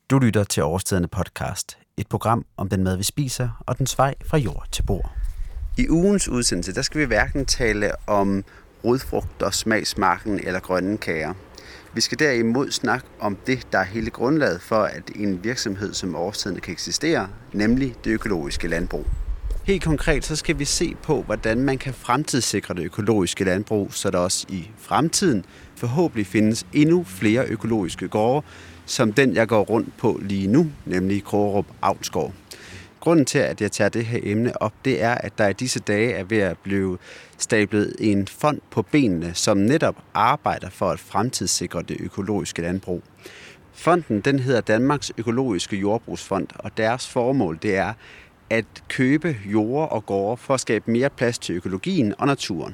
Du lytter til Årstiderne podcast, et program om den mad, vi spiser, og dens vej fra jord til bord. I ugens udsendelse, der skal vi hverken tale om rodfrugter, smagsmarken eller grønne kager. Vi skal derimod snakke om det, der er hele grundlaget for, at en virksomhed som Årstiderne kan eksistere, nemlig det økologiske landbrug. Helt konkret så skal vi se på, hvordan man kan fremtidssikre det økologiske landbrug, så der også i fremtiden forhåbentlig findes endnu flere økologiske gårde, som den jeg går rundt på lige nu, nemlig Krogerup Avlsgård. Grunden til, at jeg tager det her emne op, det er, at der i disse dage er ved at blive stablet en fond på benene, som netop arbejder for at fremtidssikre det økologiske landbrug. Fonden den hedder Danmarks Økologiske Jordbrugsfond, og deres formål det er at købe jorder og gårde for at skabe mere plads til økologien og naturen.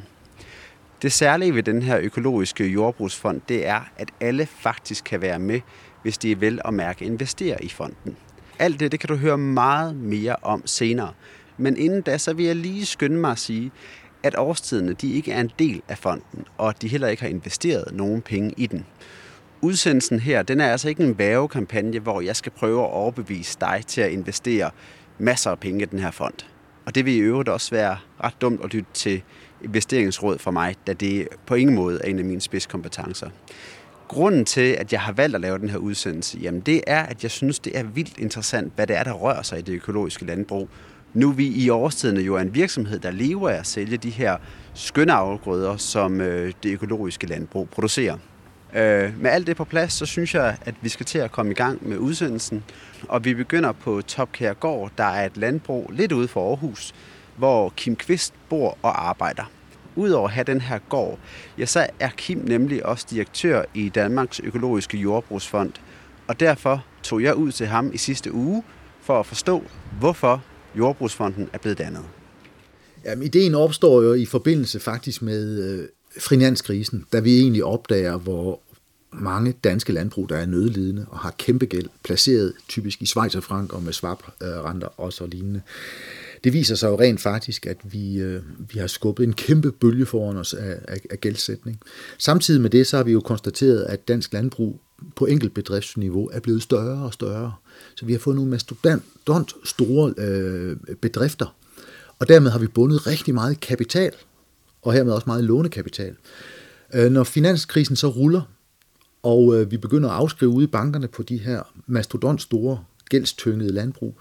Det særlige ved den her økologiske jordbrugsfond, det er, at alle faktisk kan være med, hvis de vel at mærke investerer i fonden. Alt det kan du høre meget mere om senere. Men inden da, så vil jeg lige skynde mig at sige, at Årstiderne de ikke er en del af fonden, og at de heller ikke har investeret nogen penge i den. Udsendelsen her, den er altså ikke en værgekampagne, hvor jeg skal prøve at overbevise dig til at investere masser af penge i den her fond. Og det vil i øvrigt også være ret dumt at lytte til investeringsråd fra mig, da det på ingen måde er en af mine spidskompetencer. Grunden til, at jeg har valgt at lave den her udsendelse, jamen det er, at jeg synes, det er vildt interessant, hvad det er, der rører sig i det økologiske landbrug. Nu vi i Årstiderne jo er en virksomhed, der lever af at sælge de her skønne afgrøder, som det økologiske landbrug producerer. Med alt det på plads, så synes jeg, at vi skal til at komme i gang med udsendelsen. Og vi begynder på Topkærgård, der er et landbrug lidt ude for Aarhus, hvor Kim Kvist bor og arbejder. Udover at have den her gård, ja, så er Kim nemlig også direktør i Danmarks Økologiske Jordbrugsfond. Og derfor tog jeg ud til ham i sidste uge for at forstå, hvorfor Jordbrugsfonden er blevet dannet. Jamen, ideen opstår jo i forbindelse faktisk med finanskrisen, da vi egentlig opdager, hvor mange danske landbrug, der er nødlidende og har kæmpe gæld, placeret typisk i schweizerfranc og med swap-renter og så lignende. Det viser sig jo rent faktisk, at vi har skubbet en kæmpe bølge foran os af gældsætning. Samtidig med det, så har vi jo konstateret, at dansk landbrug på enkeltbedriftsniveau er blevet større og større. Så vi har fået nogle mastodont store bedrifter, og dermed har vi bundet rigtig meget kapital, og hermed også meget lånekapital. Når finanskrisen så ruller, og vi begynder at afskrive ude i bankerne på de her mastodont store gældstyngede landbrug,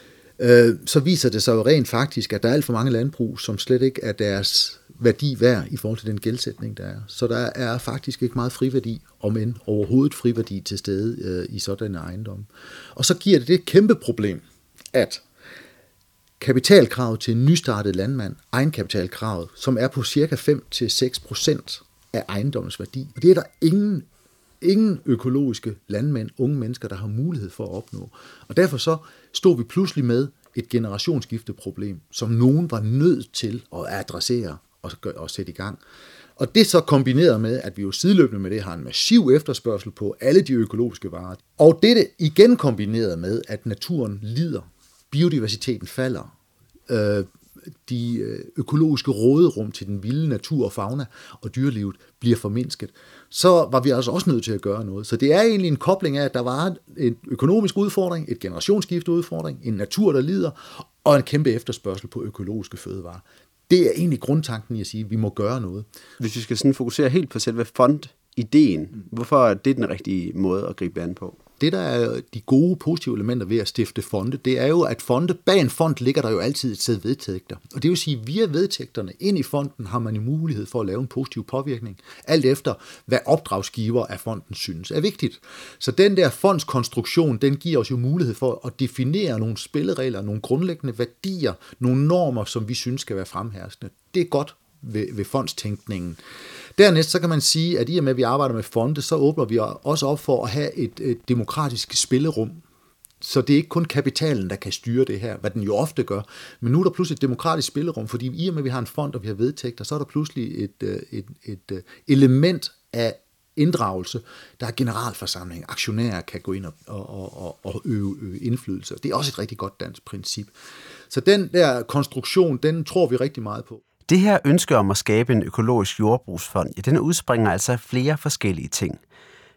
så viser det sig jo rent faktisk, at der er alt for mange landbrug, som slet ikke er deres værdi værd i forhold til den gældsætning, der er. Så der er faktisk ikke meget friværdi, om end overhovedet friværdi til stede i sådanne ejendomme. Og så giver det kæmpe problem, at kapitalkravet til en nystartet landmand, egenkapitalkravet, som er på cirka 5-6% af ejendommens værdi, og det er der ingen økologiske landmænd, unge mennesker, der har mulighed for at opnå. Og derfor så stod vi pludselig med et generationsskifteproblem, som nogen var nødt til at adressere og sætte i gang. Og det så kombineret med, at vi jo sideløbende med det har en massiv efterspørgsel på alle de økologiske varer. Og dette igen kombineret med, at naturen lider, biodiversiteten falder, de økologiske råderum til den vilde natur og fauna og dyrelivet bliver formindsket, så var vi altså også nødt til at gøre noget. Så det er egentlig en kobling af, at der var en økonomisk udfordring, et generationsskifte udfordring, en natur, der lider, og en kæmpe efterspørgsel på økologiske fødevarer. Det er egentlig grundtanken i at sige, at vi må gøre noget. Hvis vi skal sådan fokusere helt på selve fondideen, hvorfor er det den rigtige måde at gribe an på? Det, der er de gode, positive elementer ved at stifte fonde, det er jo, at bag en fond ligger der jo altid et sæt vedtægter. Og det vil sige, at via vedtægterne ind i fonden har man jo mulighed for at lave en positiv påvirkning, alt efter, hvad opdragsgiver af fonden synes er vigtigt. Så den der fondskonstruktion, den giver os jo mulighed for at definere nogle spilleregler, nogle grundlæggende værdier, nogle normer, som vi synes skal være fremherskende. Det er godt ved fondstænkningen. Dernæst så kan man sige, at i og med, at vi arbejder med fonde, så åbner vi også op for at have et demokratisk spillerum. Så det er ikke kun kapitalen, der kan styre det her, hvad den jo ofte gør. Men nu er der pludselig et demokratisk spillerum, fordi i og med, at vi har en fond, og vi har vedtægter, så er der pludselig et element af inddragelse, der er generalforsamling. Aktionærer kan gå ind og øve indflydelse. Det er også et rigtig godt dansk princip. Så den der konstruktion, den tror vi rigtig meget på. Det her ønske om at skabe en økologisk jordbrugsfond, ja, den udspringer altså af flere forskellige ting.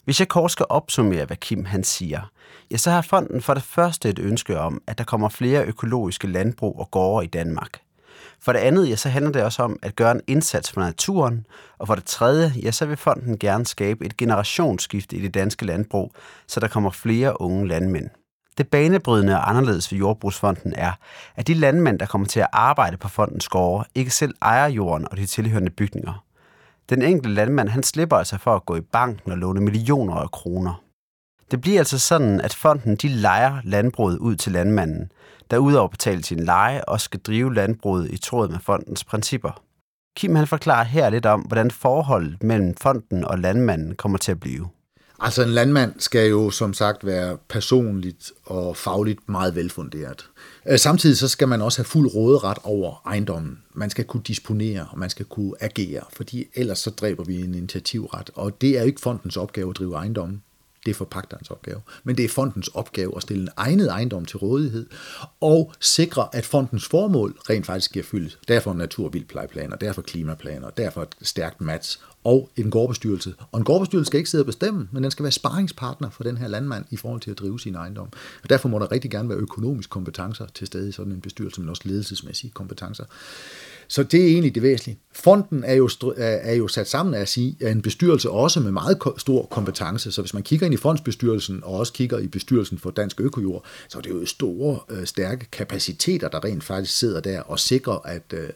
Hvis jeg kort skal opsummere, hvad Kim han siger, ja, så har fonden for det første et ønske om, at der kommer flere økologiske landbrug og gårde i Danmark. For det andet, ja, så handler det også om at gøre en indsats for naturen, og for det tredje, ja, så vil fonden gerne skabe et generationsskifte i det danske landbrug, så der kommer flere unge landmænd. Det banebrydende og anderledes ved Jordbrugsfonden er, at de landmænd, der kommer til at arbejde på fondens gårde, ikke selv ejer jorden og de tilhørende bygninger. Den enkelte landmand, han slipper altså for at gå i banken og låne millioner af kroner. Det bliver altså sådan, at fonden de lejer landbruget ud til landmanden, der udover at betale sin leje også skal drive landbruget i tråd med fondens principper. Kim han forklarer her lidt om, hvordan forholdet mellem fonden og landmanden kommer til at blive. Altså en landmand skal jo som sagt være personligt og fagligt meget velfunderet. Samtidig så skal man også have fuld råderet over ejendommen. Man skal kunne disponere, og man skal kunne agere, fordi ellers så dræber vi en initiativret. Og det er jo ikke fondens opgave at drive ejendommen. Det er forpagterens opgave. Men det er fondens opgave at stille en egnet ejendom til rådighed og sikre, at fondens formål rent faktisk giver fyldt. Derfor natur- og vildtplejeplaner, derfor klimaplaner, derfor et stærkt match og en gårdbestyrelse. Og en gårdbestyrelse skal ikke sidde og bestemme, men den skal være sparringspartner for den her landmand i forhold til at drive sin ejendom. Og derfor må der rigtig gerne være økonomiske kompetencer til stede i sådan en bestyrelse, men også ledelsesmæssige kompetencer. Så det er egentlig det væsentlige. Fonden er jo sat sammen af at sige, at en bestyrelse også med meget stor kompetence. Så hvis man kigger ind i fondsbestyrelsen og også kigger i bestyrelsen for Dansk Økojord, så er det jo store, stærke kapaciteter, der rent faktisk sidder der og sikrer,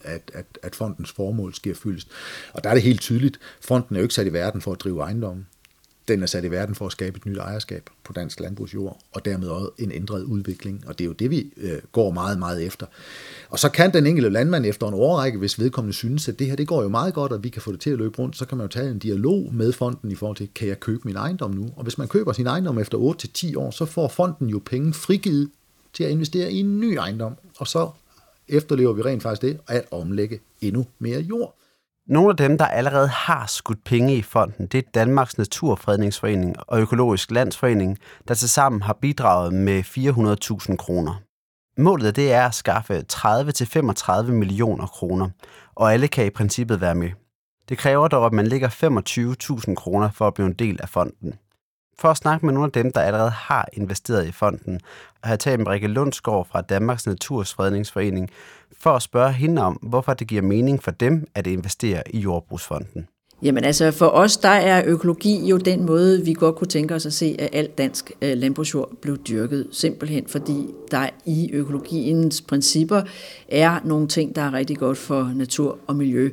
at fondens formål sker fyldest. Og der er det helt tydeligt. Fonden er jo ikke sat i verden for at drive ejendommen. Den er sat i verden for at skabe et nyt ejerskab på dansk landbrugsjord, og dermed også en ændret udvikling. Og det er jo det, vi går meget, meget efter. Og så kan den enkelte landmand efter en årrække, hvis vedkommende synes, at det her det går jo meget godt, og vi kan få det til at løbe rundt, så kan man jo tage en dialog med fonden i forhold til, kan jeg købe min ejendom nu? Og hvis man køber sin ejendom efter 8-10 år, så får fonden jo penge frigivet til at investere i en ny ejendom. Og så efterlever vi rent faktisk det, at omlægge endnu mere jord. Nogle af dem, der allerede har skudt penge i fonden, det er Danmarks Naturfredningsforening og Økologisk Landsforening, der tilsammen har bidraget med 400.000 kroner. Målet det er at skaffe 30-35 millioner kroner, og alle kan i princippet være med. Det kræver dog, at man lægger 25.000 kroner for at blive en del af fonden. For at snakke med nogle af dem, der allerede har investeret i fonden, har jeg talt med Rikke Lundsgaard fra Danmarks Naturfredningsforening for at spørge hende om, hvorfor det giver mening for dem at investere i Jordbrugsfonden. Jamen altså for os, der er økologi jo den måde, vi godt kunne tænke os at se, at alt dansk landbrugsjord blev dyrket. Simpelthen fordi der i økologiens principper er nogle ting, der er rigtig godt for natur og miljø,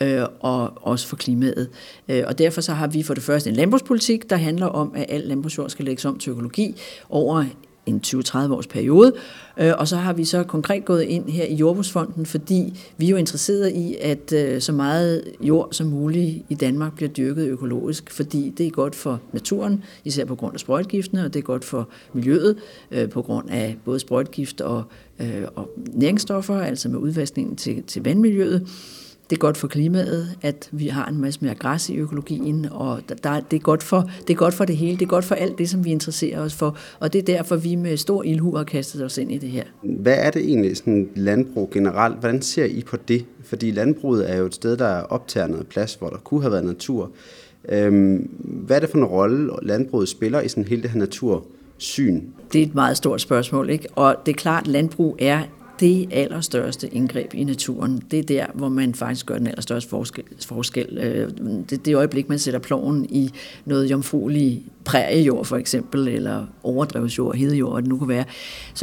og også for klimaet. Og derfor så har vi for det første en landbrugspolitik, der handler om, at al landbrugsjord skal lægges om til økologi over en 20-30 års periode. Og så har vi så konkret gået ind her i Jordbrugsfonden, fordi vi er jo interesserede i, at så meget jord som muligt i Danmark bliver dyrket økologisk, fordi det er godt for naturen, især på grund af sprøjtegiftene, og det er godt for miljøet, på grund af både sprøjtegift og næringsstoffer, altså med udvaskningen til vandmiljøet. Det er godt for klimaet, at vi har en masse mere græs i økologien, og det er godt for det hele. Det er godt for alt det, som vi interesserer os for, og det er derfor, vi med stor ildhu har kastet os ind i det her. Hvad er det egentlig sådan landbrug generelt? Hvordan ser I på det? Fordi landbruget er jo et sted, der er optager noget plads, hvor der kunne have været natur. Hvad er det for en rolle, landbruget spiller i sådan hele det her natursyn? Det er et meget stort spørgsmål, ikke? Og det er klart, at landbrug er det allerstørste indgreb i naturen. Det er der, hvor man faktisk gør den allerstørste forskel. Det øjeblik, man sætter ploven i noget jomfruelig præriejord for eksempel, eller overdrevsjord, hedejord, hvad det nu kan være, så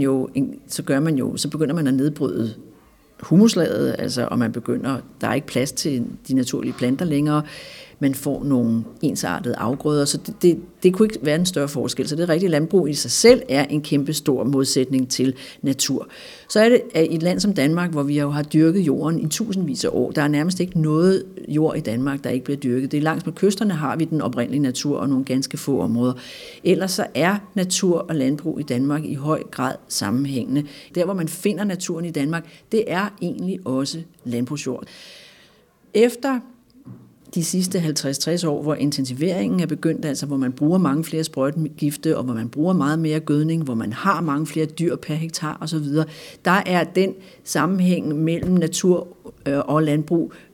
begynder man at nedbryde humuslaget, altså, og der er ikke plads til de naturlige planter længere. Man får nogle ensartede afgrøder, så det kunne ikke være en større forskel. Så det rigtige landbrug i sig selv er en kæmpe stor modsætning til natur. Så er det i et land som Danmark, hvor vi jo har dyrket jorden i tusindvis af år. Der er nærmest ikke noget jord i Danmark, der ikke bliver dyrket. Det er langs med kysterne har vi den oprindelige natur og nogle ganske få områder. Ellers så er natur og landbrug i Danmark i høj grad sammenhængende. Der, hvor man finder naturen i Danmark, det er egentlig også landbrugsjord. Efter de sidste 50-60 år, hvor intensiveringen er begyndt, altså hvor man bruger mange flere sprøjtegifte, og hvor man bruger meget mere gødning, hvor man har mange flere dyr per hektar osv., der er den sammenhæng mellem natur og landbrug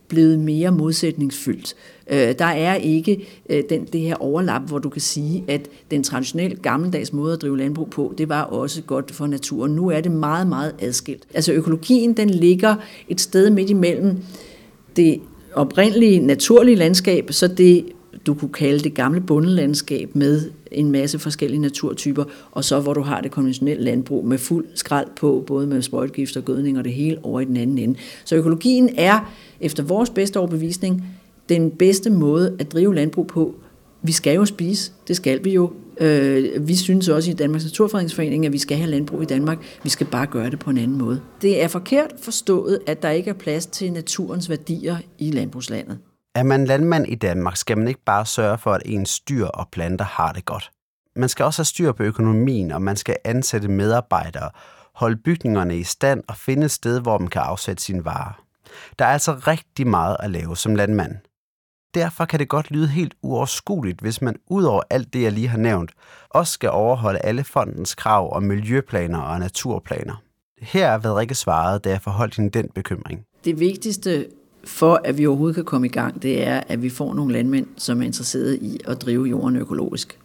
blevet mere modsætningsfyldt. Der er ikke det her overlap, hvor du kan sige, at den traditionelle gammeldags måde at drive landbrug på, det var også godt for naturen. Nu er det meget, meget adskilt. Altså økologien, den ligger et sted midt imellem det oprindelige naturlige landskab, så det du kunne kalde det gamle bondelandskab med en masse forskellige naturtyper, og så hvor du har det konventionelle landbrug med fuld skrald på, både med sprøjtegift og gødning og det hele over i den anden ende. Så økologien er, efter vores bedste overbevisning, den bedste måde at drive landbrug på. Vi skal jo spise, det skal vi jo. Vi synes også i Danmarks Naturfredningsforening, at vi skal have landbrug i Danmark. Vi skal bare gøre det på en anden måde. Det er forkert forstået, at der ikke er plads til naturens værdier i landbrugslandet. Er man landmand i Danmark, skal man ikke bare sørge for, at ens dyr og planter har det godt. Man skal også have styr på økonomien, og man skal ansætte medarbejdere, holde bygningerne i stand og finde et sted, hvor man kan afsætte sine varer. Der er altså rigtig meget at lave som landmand. Derfor kan det godt lyde helt uoverskueligt, hvis man ud over alt det, jeg lige har nævnt, også skal overholde alle fondens krav om miljøplaner og naturplaner. Her er Vedrikke svaret, da jeg forholdt hende den bekymring. Det vigtigste for, at vi overhovedet kan komme i gang, det er, at vi får nogle landmænd, som er interesserede i at drive jorden økologisk.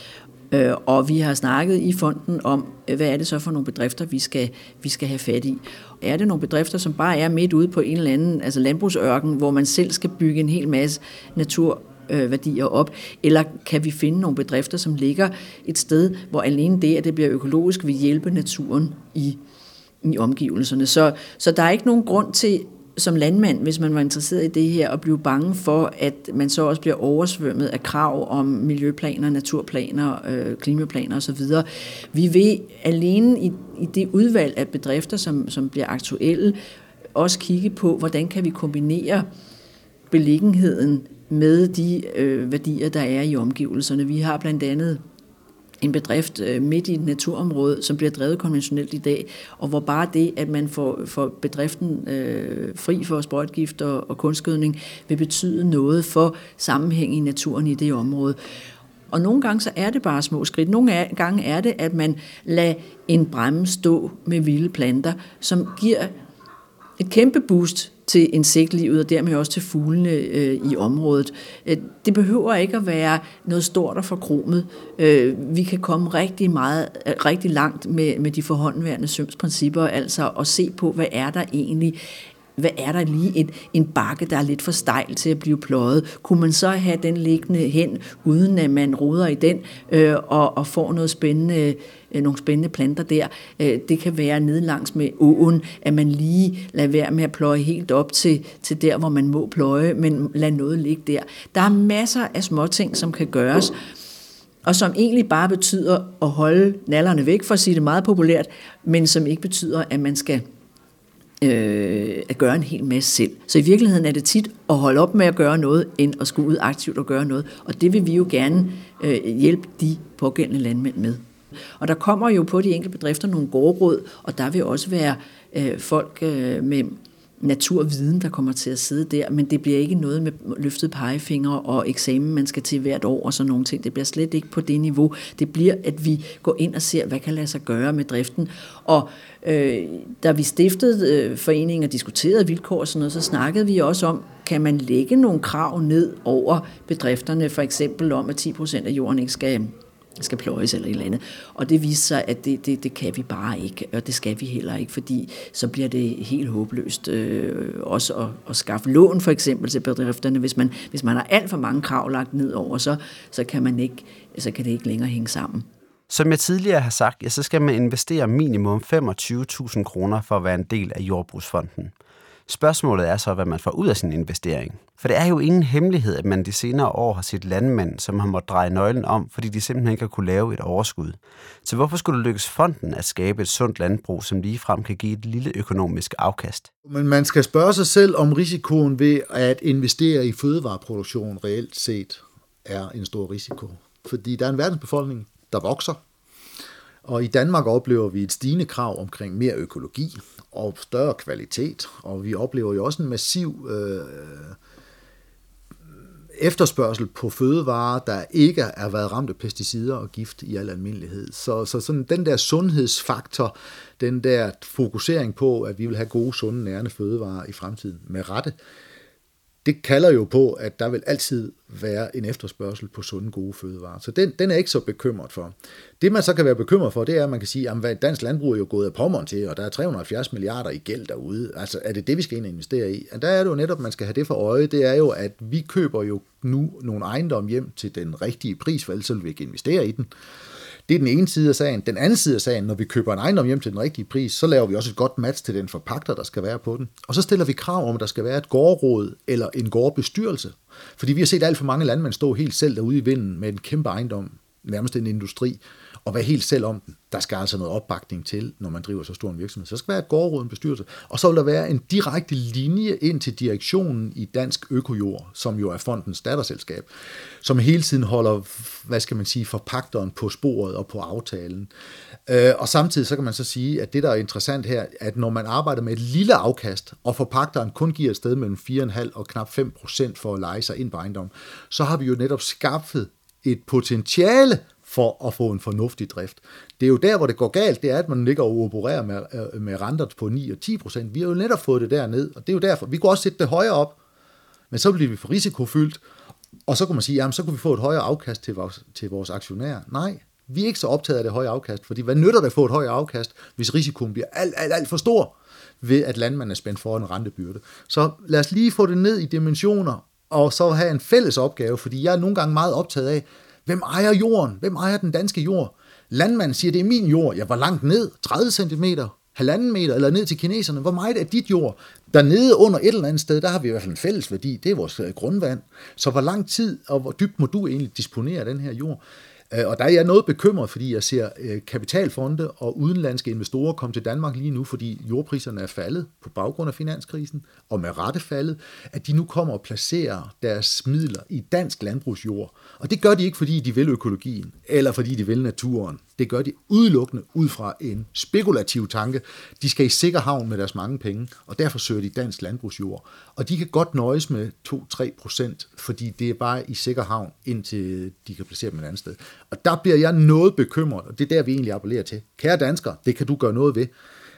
Og vi har snakket i fonden om, hvad er det så for nogle bedrifter, vi skal have fat i. Er det nogle bedrifter, som bare er midt ude på en eller anden landbrugsørken, hvor man selv skal bygge en hel masse naturværdier op, eller kan vi finde nogle bedrifter, som ligger et sted, hvor alene det, at det bliver økologisk, vil hjælpe naturen i omgivelserne. Så der er ikke nogen grund til, som landmand, hvis man var interesseret i det her, at blive bange for, at man så også bliver oversvømmet af krav om miljøplaner, naturplaner, klimaplaner osv. Vi vil alene i det udvalg af bedrifter, som bliver aktuelle, også kigge på, hvordan kan vi kombinere beliggenheden med de værdier, der er i omgivelserne. Vi har blandt andet en bedrift midt i et naturområde, som bliver drevet konventionelt i dag, og hvor bare det, at man får bedriften fri for sprøjtegift og kunstgødning, vil betyde noget for sammenhæng i naturen i det område. Og nogle gange så er det bare små skridt. Nogle gange er det, at man lader en bræmme stå med vilde planter, som giver et kæmpe boost til insektlivet og dermed også til fuglene i området. Det behøver ikke at være noget stort og forkromet. Vi kan komme rigtig langt med de forhåndenværende principper, altså at se på, hvad er der lige en bakke, der er lidt for stejl til at blive pløjet. Kunne man så have den liggende hen, uden at man roder i den, og får nogle spændende planter der. Det kan være nede langs med åen, at man lige lader være med at pløje helt op til der, hvor man må pløje, men lad noget ligge der. Der er masser af småting, som kan gøres, og som egentlig bare betyder at holde nallerne væk, for at sige det meget populært, men som ikke betyder, at man skal at gøre en hel masse selv. Så i virkeligheden er det tit at holde op med at gøre noget, end at skulle ud aktivt og gøre noget. Og det vil vi jo gerne hjælpe de pågældende landmænd med. Og der kommer jo på de enkelte bedrifter nogle gårdråd, og der vil også være folk med naturviden, der kommer til at sidde der, men det bliver ikke noget med løftede pegefingre og eksamen, man skal til hvert år og sådan nogle ting. Det bliver slet ikke på det niveau. Det bliver, at vi går ind og ser, hvad kan lade sig gøre med driften. Og da vi stiftede foreningen og diskuterede vilkår og sådan noget, så snakkede vi også om, kan man lægge nogle krav ned over bedrifterne, for eksempel om, at 10% af jorden ikke skal pløjes eller et eller andet. Og det viste sig, at det kan vi bare ikke, og det skal vi heller ikke, fordi så bliver det helt håbløst også at skaffe lån for eksempel til bedrifterne. Hvis man har alt for mange krav lagt ned over, så kan det ikke længere hænge sammen. Som jeg tidligere har sagt, så skal man investere minimum 25.000 kroner for at være en del af Jordbrugsfonden. Spørgsmålet er så, hvad man får ud af sin investering. For det er jo ingen hemmelighed, at man de senere år har set landmænd, som har måttet dreje nøglen om, fordi de simpelthen ikke har kunne lave et overskud. Så hvorfor skulle det lykkes fonden at skabe et sundt landbrug, som ligefrem kan give et lille økonomisk afkast? Men man skal spørge sig selv, om risikoen ved at investere i fødevareproduktion reelt set er en stor risiko. Fordi der er en verdensbefolkning, der vokser. Og i Danmark oplever vi et stigende krav omkring mere økologi og større kvalitet, og vi oplever jo også en massiv efterspørgsel på fødevarer, der ikke er været ramt af pesticider og gift i al almindelighed. Så sådan den der sundhedsfaktor, den der fokusering på, at vi vil have gode, sunde, nærende fødevarer i fremtiden med rette, det kalder jo på, at der vil altid være en efterspørgsel på sunde, gode fødevarer. Så den er jeg ikke så bekymret for. Det, man så kan være bekymret for, det er, at man kan sige, at dansk landbrug er jo gået af pommern til, og der er 370 milliarder i gæld derude. Altså, er det vi skal ind og investere i? Og der er det jo netop, man skal have det for øje, det er jo, at vi køber jo nu nogle ejendomme hjem til den rigtige pris, for ellers vil vi ikke investere i den. Det er den ene side af sagen. Den anden side af sagen, når vi køber en ejendom hjem til den rigtige pris, så laver vi også et godt match til den forpagter, der skal være på den. Og så stiller vi krav om, at der skal være et gårdråd eller en gårdbestyrelse. Fordi vi har set alt for mange landmænd stå helt selv derude i vinden med en kæmpe ejendom, nærmest en industri, og være helt selv om den. Der skal altså noget opbakning til, når man driver så stor en virksomhed. Så skal være et gårdråd, en bestyrelse, og så vil der være en direkte linje ind til direktionen i Dansk Økojord, som jo er fondens datterselskab, som hele tiden holder, forpagteren på sporet og på aftalen. Og samtidig så kan man så sige, at det, der er interessant her, at når man arbejder med et lille afkast, og forpagteren kun giver et sted mellem 4,5 og knap 5% for at leje sig ind på ejendommen, så har vi jo netop skaffet et potentiale for at få en fornuftig drift. Det er jo der, hvor det går galt, det er, at man ligger og opererer med renter på 9 og 10%. Vi har jo netop fået det derned, og det er jo derfor. Vi kunne også sætte det højere op, men så bliver vi for risikofyldt, og så kunne man sige, jamen så kunne vi få et højere afkast til vores aktionærer. Nej, vi er ikke så optaget af det høje afkast, fordi hvad nytter det at få et højere afkast, hvis risikoen bliver alt for stor, ved at landmanden er spændt for en rentebyrde. Så lad os lige få det ned i dimensioner, og så have en fælles opgave, fordi jeg er nogle gange meget optaget af, hvem ejer jorden? Hvem ejer den danske jord? Landmanden siger, det er min jord. Jeg var langt ned, 30 cm, 1,5 meter, eller ned til kineserne. Hvor meget er dit jord? Dernede under et eller andet sted, der har vi i hvert fald en fælles værdi. Det er vores grundvand. Så hvor lang tid, og hvor dybt må du egentlig disponere den her jord? Og der er jeg noget bekymret, fordi jeg ser kapitalfonde og udenlandske investorer komme til Danmark lige nu, fordi jordpriserne er faldet på baggrund af finanskrisen, og med rette faldet, at de nu kommer og placerer deres midler i dansk landbrugsjord. Og det gør de ikke, fordi de vil økologien, eller fordi de vil naturen. Det gør de udelukkende ud fra en spekulativ tanke. De skal i sikker havn med deres mange penge, og derfor søger de dansk landbrugsjord. Og de kan godt nøjes med 2-3%, fordi det er bare i sikker havn, indtil de kan placere dem et andet sted. Og der bliver jeg noget bekymret, og det er der, vi egentlig appellerer til. Kære danskere, det kan du gøre noget ved.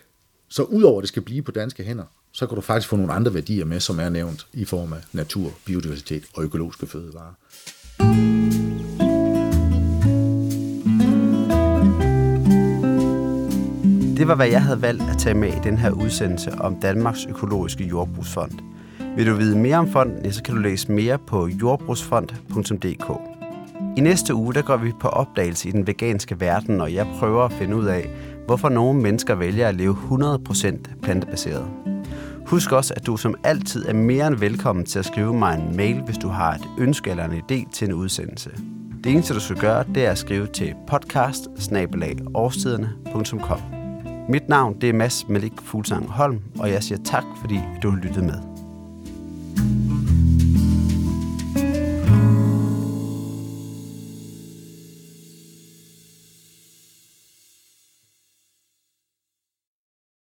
Så udover at det skal blive på danske hænder, så kan du faktisk få nogle andre værdier med, som er nævnt i form af natur, biodiversitet og økologiske fødevarer. Det var, hvad jeg havde valgt at tage med i den her udsendelse om Danmarks Økologiske Jordbrugsfond. Vil du vide mere om fonden, så kan du læse mere på jordbrugsfond.dk. I næste uge, der går vi på opdagelse i den veganske verden, og jeg prøver at finde ud af, hvorfor nogle mennesker vælger at leve 100% plantebaseret. Husk også, at du som altid er mere end velkommen til at skrive mig en mail, hvis du har et ønske eller en idé til en udsendelse. Det eneste, du skal gøre, det er at skrive til podcast@årstiderne.com. Mit navn, det er Mads Malik Fuglsang Holm, og jeg siger tak, fordi du har lyttet med.